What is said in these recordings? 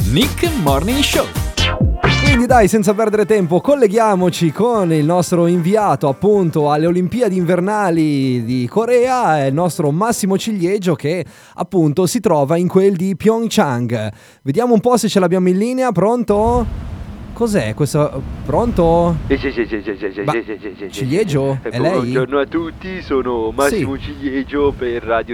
Nick Morning Show. Quindi dai, senza perdere tempo, colleghiamoci con il nostro inviato appunto alle Olimpiadi invernali di Corea, il nostro Massimo Ciliegio, che appunto si trova in quel di Pyeongchang. Vediamo un po' se ce l'abbiamo in linea. Pronto? Cos'è questo? Pronto? Ciliegio? È lei? Buongiorno a tutti, sono Massimo Ciliegio per Radio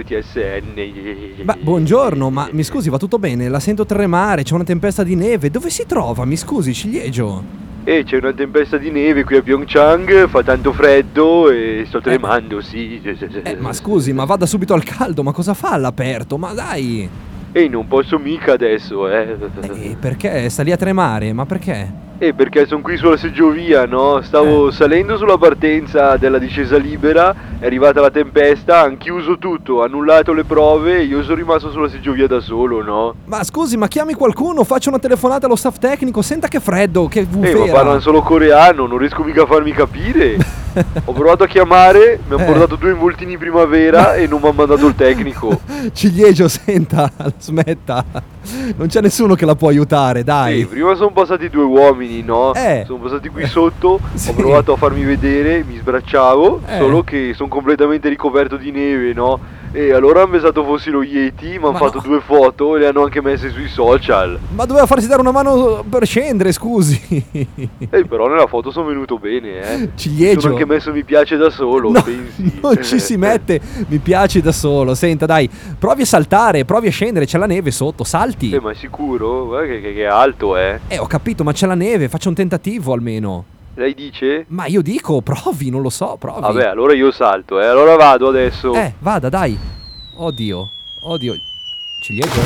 TSN. Ma buongiorno, ma mi scusi, va tutto bene? La sento tremare, c'è una tempesta di neve. Dove si trova? Mi scusi, Ciliegio. C'è una tempesta di neve qui a Pyeongchang, fa tanto freddo e sto tremando, sì. Ma scusi, ma vada subito al caldo, ma cosa fa all'aperto? Ma dai! Non posso mica adesso, Perché? Sta lì a tremare, ma perché? Perché sono qui sulla seggiovia, no? Stavo salendo sulla partenza della discesa libera, è arrivata la tempesta, hanno chiuso tutto, annullato le prove, io sono rimasto sulla seggiovia da solo, no? Ma scusi, ma chiami qualcuno, faccia una telefonata allo staff tecnico, senta che freddo, che bufera. Ma parlano solo coreano, non riesco mica a farmi capire. Ho provato a chiamare, mi hanno portato 2 involtini primavera e non mi hanno mandato il tecnico. Ciliegio, senta, smetta, non c'è nessuno che la può aiutare, dai. Prima sono passati 2 uomini, no? Sono passati qui sotto, ho provato a farmi vedere, mi sbracciavo, solo che sono completamente ricoperto di neve, no? E allora hanno pensato fossi lo Yeti, mi hanno fatto 2 foto e le hanno anche messe sui social. Ma doveva farsi dare una mano per scendere, scusi. Però nella foto sono venuto bene, Ciliegio. Sono anche messo mi piace da solo, no, pensi? Non ci si mette mi piace da solo. Senta, dai, provi a saltare, provi a scendere, c'è la neve sotto, salti. Ma è sicuro? Guarda che è alto, ho capito, ma c'è la neve, faccia un tentativo almeno. Lei dice? Ma io dico, provi, non lo so, provi. Vabbè, allora io salto, allora vado adesso. Vada, dai. Oddio. Ciliegio?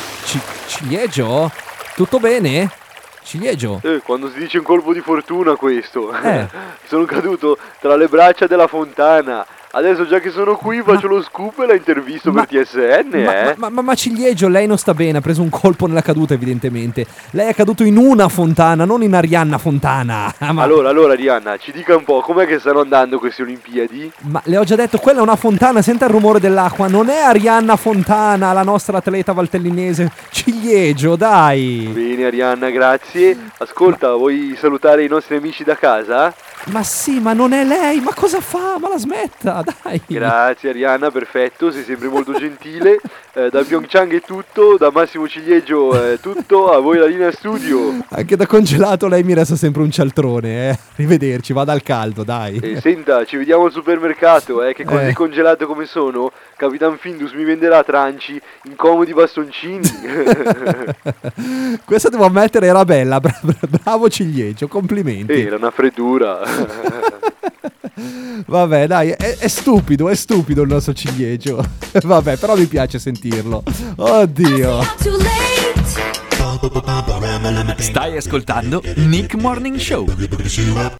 Ciliegio? Tutto bene? Ciliegio? Quando si dice un colpo di fortuna questo. Sono caduto tra le braccia della fontana. Adesso già che sono qui faccio lo scoop e la intervisto per TSN, Ma Ciliegio, lei non sta bene, ha preso un colpo nella caduta evidentemente. Lei è caduto in una fontana, non in Arianna Fontana. Allora Arianna, ci dica un po', com'è che stanno andando queste Olimpiadi? Ma le ho già detto, quella è una fontana, senta il rumore dell'acqua, non è Arianna Fontana, la nostra atleta valtellinese. Ciliegio, dai. Bene Arianna, grazie. Ascolta, vuoi salutare i nostri amici da casa? Ma sì, ma non è lei, ma cosa fa? Ma la smetta, dai. Grazie Arianna, perfetto, sei sempre molto gentile. Da Pyeongchang è tutto, da Massimo Ciliegio è tutto, a voi la linea studio. Anche da congelato lei mi resta sempre un cialtrone, Arrivederci, vada al caldo, dai. Senta, ci vediamo al supermercato, che così congelato come sono, Capitan Findus mi venderà tranci, incomodi bastoncini. Questa devo ammettere era bella, bravo Ciliegio, complimenti. Era una freddura. Vabbè, dai, è stupido il nostro Ciliegio. Vabbè, però mi piace sentirlo. Oddio. Stai ascoltando Nick Morning Show.